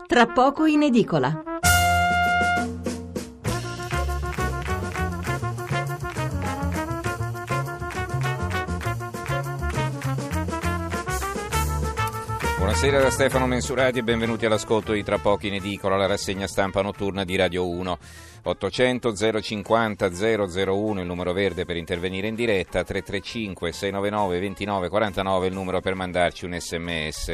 tra poco in edicola. Buonasera da Stefano Mensurati e benvenuti all'ascolto di Tra poco in edicola, la rassegna stampa notturna di Radio 1. 800 050 001 il numero verde per intervenire in diretta, 335 699 2949 il numero per mandarci un sms.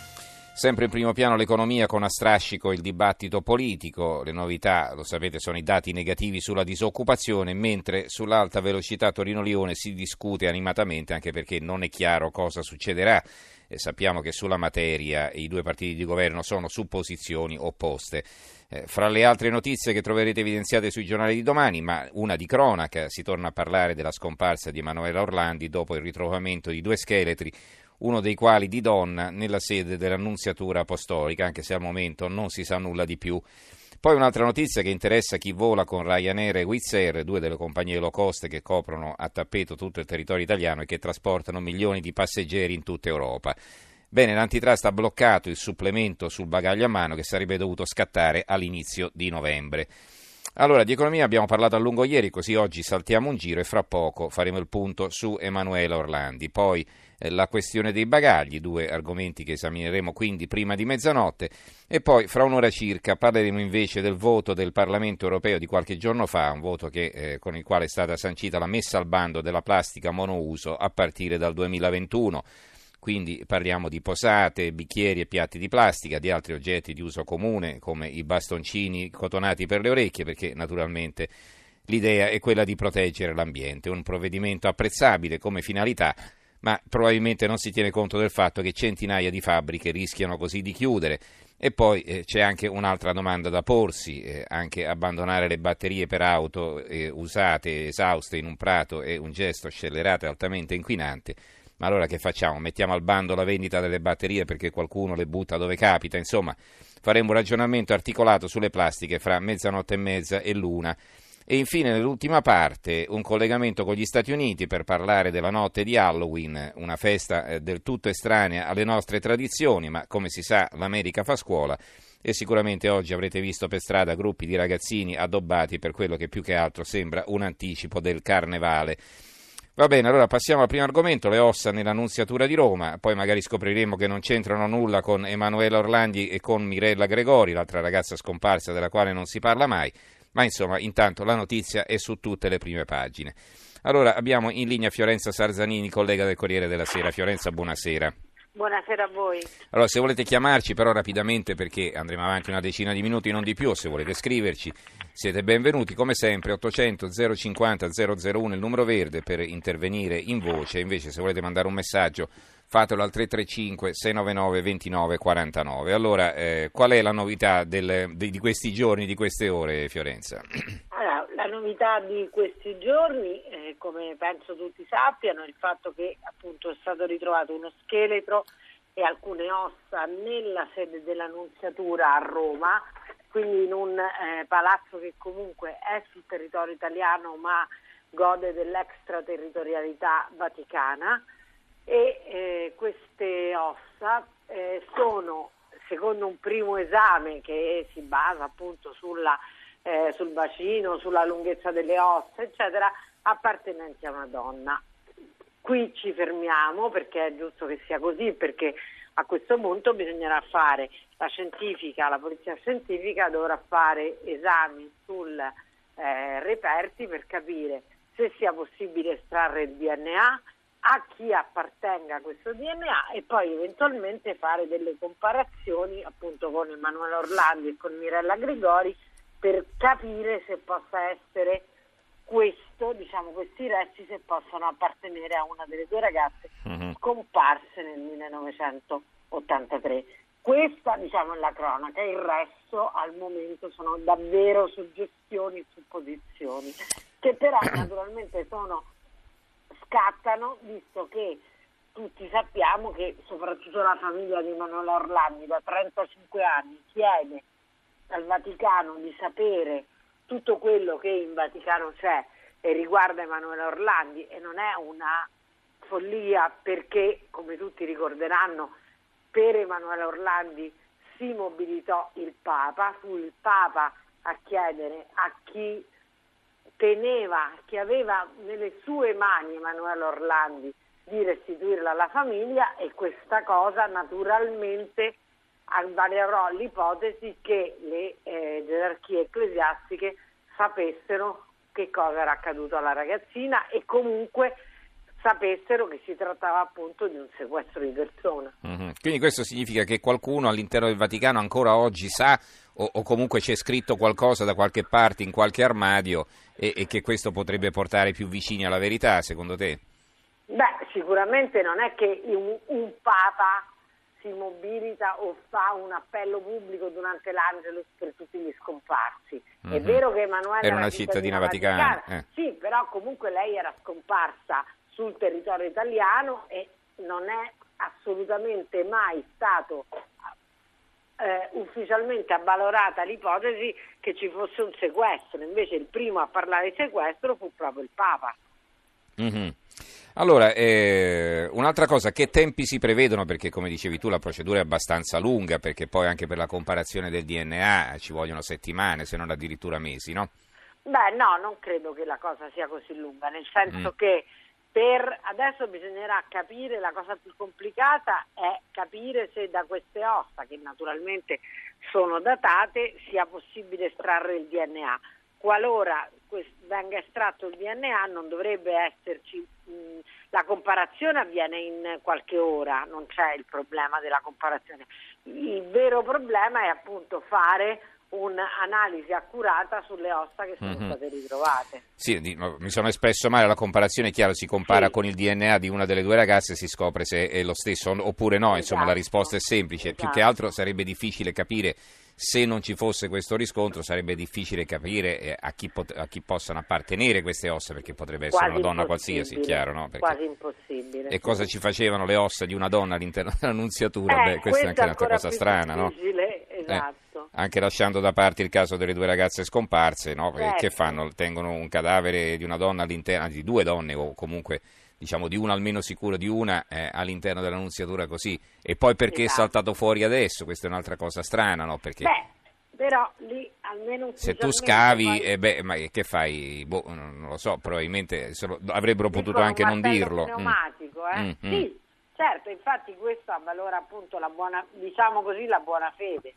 Sempre in primo piano l'economia, con a strascico il dibattito politico. Le novità, lo sapete, sono i dati negativi sulla disoccupazione, mentre sull'alta velocità Torino-Lione si discute animatamente, anche perché non è chiaro cosa succederà. Sappiamo che sulla materia i due partiti di governo sono su posizioni opposte. Fra le altre notizie che troverete evidenziate sui giornali di domani, ma una di cronaca, si torna a parlare della scomparsa di Emanuela Orlandi dopo il ritrovamento di due scheletri, uno dei quali di donna, nella sede dell'Annunziatura Apostolica, anche se al momento non si sa nulla di più. Poi un'altra notizia che interessa chi vola con Ryanair e Wizz Air, due delle compagnie low cost che coprono a tappeto tutto il territorio italiano e che trasportano milioni di passeggeri in tutta Europa. Bene, l'antitrust ha bloccato il supplemento sul bagaglio a mano che sarebbe dovuto scattare all'inizio di novembre. Allora, di economia abbiamo parlato a lungo ieri, così oggi saltiamo un giro e fra poco faremo il punto su Emanuela Orlandi. Poi la questione dei bagagli, due argomenti che esamineremo quindi prima di mezzanotte, e poi fra un'ora circa parleremo invece del voto del Parlamento europeo di qualche giorno fa, un voto con il quale è stata sancita la messa al bando della plastica monouso a partire dal 2021. Quindi parliamo di posate, bicchieri e piatti di plastica, di altri oggetti di uso comune come i bastoncini cotonati per le orecchie, perché naturalmente l'idea è quella di proteggere l'ambiente. Un provvedimento apprezzabile come finalità, ma probabilmente non si tiene conto del fatto che centinaia di fabbriche rischiano così di chiudere. E poi c'è anche un'altra domanda da porsi, anche abbandonare le batterie per auto usate, esauste in un prato è un gesto scellerato e altamente inquinante. Ma allora che facciamo? Mettiamo al bando la vendita delle batterie perché qualcuno le butta dove capita? Insomma, faremo un ragionamento articolato sulle plastiche fra mezzanotte e mezza e l'una. E infine, nell'ultima parte, un collegamento con gli Stati Uniti per parlare della notte di Halloween, una festa del tutto estranea alle nostre tradizioni, ma come si sa l'America fa scuola e sicuramente oggi avrete visto per strada gruppi di ragazzini addobbati per quello che più che altro sembra un anticipo del carnevale. Va bene, allora passiamo al primo argomento, le ossa nell'Annunziatura di Roma, poi magari scopriremo che non c'entrano nulla con Emanuela Orlandi e con Mirella Gregori, l'altra ragazza scomparsa della quale non si parla mai, ma insomma intanto la notizia è su tutte le prime pagine. Allora abbiamo in linea Fiorenza Sarzanini, collega del Corriere della Sera. Fiorenza, buonasera. Buonasera a voi. Allora, se volete chiamarci però rapidamente perché andremo avanti una decina di minuti, non di più, se volete scriverci siete benvenuti, come sempre 800 050 001 il numero verde per intervenire in voce, invece se volete mandare un messaggio fatelo al 335 699 2949. Allora, qual è la novità di questi giorni, di queste ore, Fiorenza? Allora, la novità di questi giorni, come penso tutti sappiano, è il fatto che appunto è stato ritrovato uno scheletro e alcune ossa nella sede dell'Annunziatura a Roma, quindi in un palazzo che comunque è sul territorio italiano ma gode dell'extraterritorialità vaticana. E queste ossa sono, secondo un primo esame che si basa appunto sul bacino, sulla lunghezza delle ossa, eccetera, appartenenti a una donna. Qui ci fermiamo perché è giusto che sia così, perché a questo punto bisognerà fare la polizia scientifica dovrà fare esami sul reperti per capire se sia possibile estrarre il DNA, a chi appartenga questo DNA e poi eventualmente fare delle comparazioni appunto con Emanuela Orlandi e con Mirella Gregori per capire se possa essere questi resti se possono appartenere a una delle due ragazze scomparse nel 1983. Questa è la cronaca, il resto al momento sono davvero suggestioni, supposizioni, che però naturalmente scattano, visto che tutti sappiamo che soprattutto la famiglia di Emanuela Orlandi da 35 anni chiede al Vaticano di sapere tutto quello che in Vaticano c'è e riguarda Emanuela Orlandi, e non è una follia perché, come tutti ricorderanno, per Emanuela Orlandi si mobilitò il Papa, fu il Papa a chiedere a chi teneva, che aveva nelle sue mani Emanuela Orlandi, di restituirla alla famiglia, e questa cosa naturalmente avvalerò l'ipotesi che le gerarchie ecclesiastiche sapessero che cosa era accaduto alla ragazzina e comunque sapessero che si trattava appunto di un sequestro di persona. Quindi questo significa che qualcuno all'interno del Vaticano ancora oggi sa o comunque c'è scritto qualcosa da qualche parte in qualche armadio e che questo potrebbe portare più vicini alla verità, secondo te? Beh, sicuramente non è che un Papa si mobilita o fa un appello pubblico durante l'Angelus per tutti gli scomparsi. È vero che Emanuela era una cittadina vaticana. Sì, però comunque lei era scomparsa sul territorio italiano e non è assolutamente mai stato ufficialmente avvalorata l'ipotesi che ci fosse un sequestro. Invece il primo a parlare di sequestro fu proprio il Papa. Allora, un'altra cosa, che tempi si prevedono? Perché come dicevi tu la procedura è abbastanza lunga, perché poi anche per la comparazione del DNA ci vogliono settimane, se non addirittura mesi, no? Beh, no, non credo che la cosa sia così lunga, nel senso che per adesso bisognerà capire, la cosa più complicata è capire se da queste ossa, che naturalmente sono datate, sia possibile estrarre il DNA. Qualora venga estratto il DNA non dovrebbe esserci, la comparazione avviene in qualche ora, non c'è il problema della comparazione. Il vero problema è appunto fare un'analisi accurata sulle ossa che sono state ritrovate. Sì, mi sono espresso male, la comparazione è chiaro, si compara con il DNA di una delle due ragazze e si scopre se è lo stesso oppure no, insomma la risposta è semplice, più che altro sarebbe difficile capire. Se non ci fosse questo riscontro sarebbe difficile capire a chi possano appartenere queste ossa, perché potrebbe essere una donna qualsiasi, chiaro, no? Perché... Quasi impossibile. E cosa ci facevano le ossa di una donna all'interno della nunziatura? Questa è anche un'altra cosa strana, no? Esatto. Anche lasciando da parte il caso delle due ragazze scomparse, no? Che fanno? Tengono un cadavere di una donna all'interno, di due donne o comunque diciamo di una almeno sicuro di una all'interno della nunziatura così, e poi perché è saltato fuori adesso? Questa è un'altra cosa strana, no? Perché però lì almeno se tu scavi ma che fai? Non lo so, probabilmente avrebbero potuto anche non dirlo. Pneumatico, Sì, certo, infatti questo avvalora appunto la buona, diciamo così, la buona fede.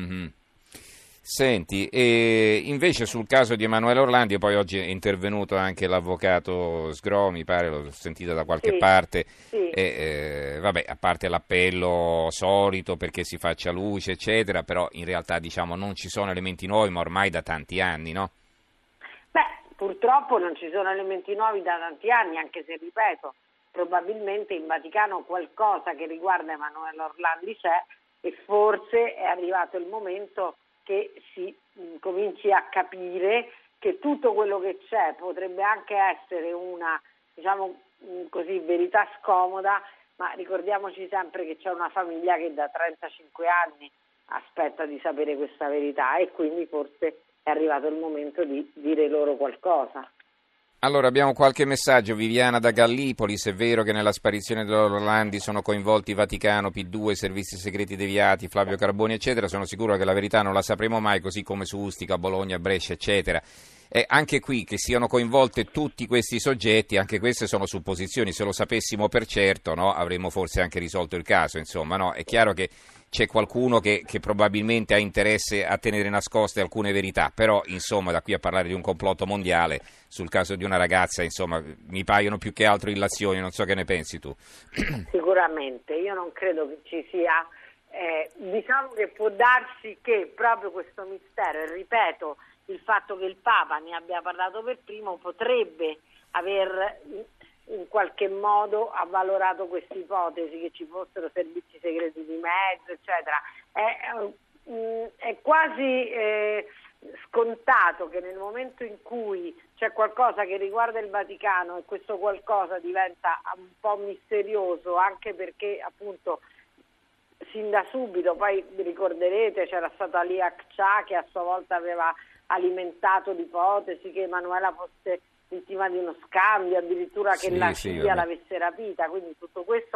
Senti, e invece sul caso di Emanuela Orlandi, poi oggi è intervenuto anche l'avvocato Sgro, mi pare, l'ho sentita da qualche parte, vabbè, a parte l'appello solito perché si faccia luce, eccetera, però in realtà diciamo non ci sono elementi nuovi, ma ormai da tanti anni, no? Beh, purtroppo non ci sono elementi nuovi da tanti anni, anche se, ripeto, probabilmente in Vaticano qualcosa che riguarda Emanuela Orlandi c'è e forse è arrivato il momento che si cominci a capire che tutto quello che c'è potrebbe anche essere una, diciamo così, verità scomoda, ma ricordiamoci sempre che c'è una famiglia che da 35 anni aspetta di sapere questa verità e quindi forse è arrivato il momento di dire loro qualcosa. Allora abbiamo qualche messaggio. Viviana da Gallipoli: se è vero che nella sparizione dell'Orlandi sono coinvolti Vaticano, P2, servizi segreti deviati, Flavio Carboni eccetera, sono sicuro che la verità non la sapremo mai, così come su Ustica, Bologna, Brescia eccetera. E anche qui che siano coinvolte tutti questi soggetti, anche queste sono supposizioni, se lo sapessimo per certo, no, avremmo forse anche risolto il caso, insomma, no? È chiaro che c'è qualcuno che probabilmente ha interesse a tenere nascoste alcune verità, però insomma da qui a parlare di un complotto mondiale sul caso di una ragazza, insomma, mi paiono più che altro illazioni, non so che ne pensi tu. Sicuramente, io non credo che ci sia, diciamo che può darsi che proprio questo mistero, e ripeto, il fatto che il Papa ne abbia parlato per primo potrebbe aver in qualche modo avvalorato questa ipotesi che ci fossero servizi segreti di mezzo, eccetera. È quasi scontato che nel momento in cui c'è qualcosa che riguarda il Vaticano e questo qualcosa diventa un po' misterioso, anche perché appunto sin da subito, poi vi ricorderete, c'era stata Lia Akcia che a sua volta aveva alimentato l'ipotesi che Emanuela fosse vittima di uno scambio, addirittura che la figlia l'avesse rapita, quindi tutto questo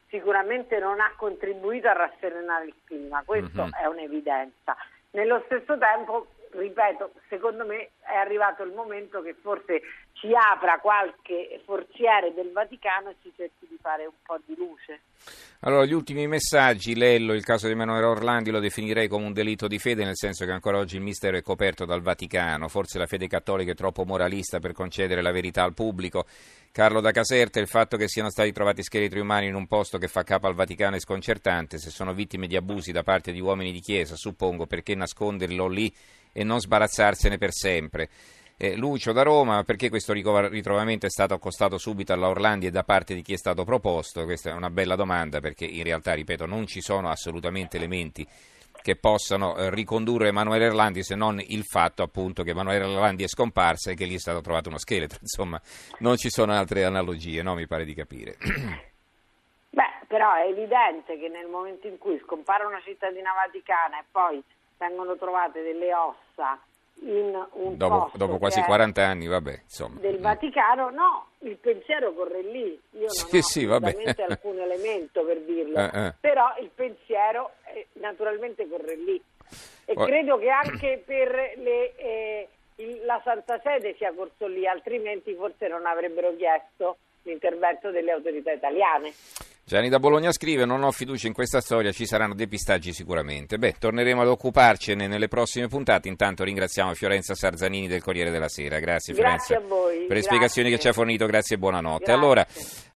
sicuramente non ha contribuito a rasserenare il clima, questo è un'evidenza. Nello stesso tempo, ripeto, secondo me è arrivato il momento che forse ci apra qualche forziere del Vaticano e si cerchi di fare un po' di luce. Allora, gli ultimi messaggi, Lello, il caso di Emanuele Orlandi lo definirei come un delitto di fede, nel senso che ancora oggi il mistero è coperto dal Vaticano, forse la fede cattolica è troppo moralista per concedere la verità al pubblico. Carlo da Caserta, il fatto che siano stati trovati scheletri umani in un posto che fa capo al Vaticano è sconcertante, se sono vittime di abusi da parte di uomini di chiesa, suppongo, perché nasconderlo lì e non sbarazzarsene per sempre. Lucio da Roma, perché questo ritrovamento è stato accostato subito alla Orlandi e da parte di chi è stato proposto? Questa è una bella domanda, perché in realtà, ripeto, non ci sono assolutamente elementi che possano ricondurre Emanuele Orlandi, se non il fatto appunto che Emanuele Orlandi è scomparsa e che lì è stato trovato uno scheletro. Insomma, non ci sono altre analogie, no? Mi pare di capire. Beh, però è evidente che nel momento in cui scompare una cittadina vaticana e poi vengono trovate delle ossa in un dopo quasi 40 anni, vabbè, insomma. Del Vaticano, no, il pensiero corre lì. Io non ho assolutamente alcun elemento per dirlo, però il pensiero naturalmente corre lì. E credo che anche per la Santa Sede sia corso lì, altrimenti forse non avrebbero chiesto l'intervento delle autorità italiane. Gianni da Bologna scrive: non ho fiducia in questa storia, ci saranno depistaggi sicuramente. Beh, torneremo ad occuparcene nelle prossime puntate. Intanto ringraziamo Fiorenza Sarzanini del Corriere della Sera. Grazie Fiorenza. Grazie a voi. Per le spiegazioni che ci ha fornito, grazie e buonanotte. Grazie. Allora,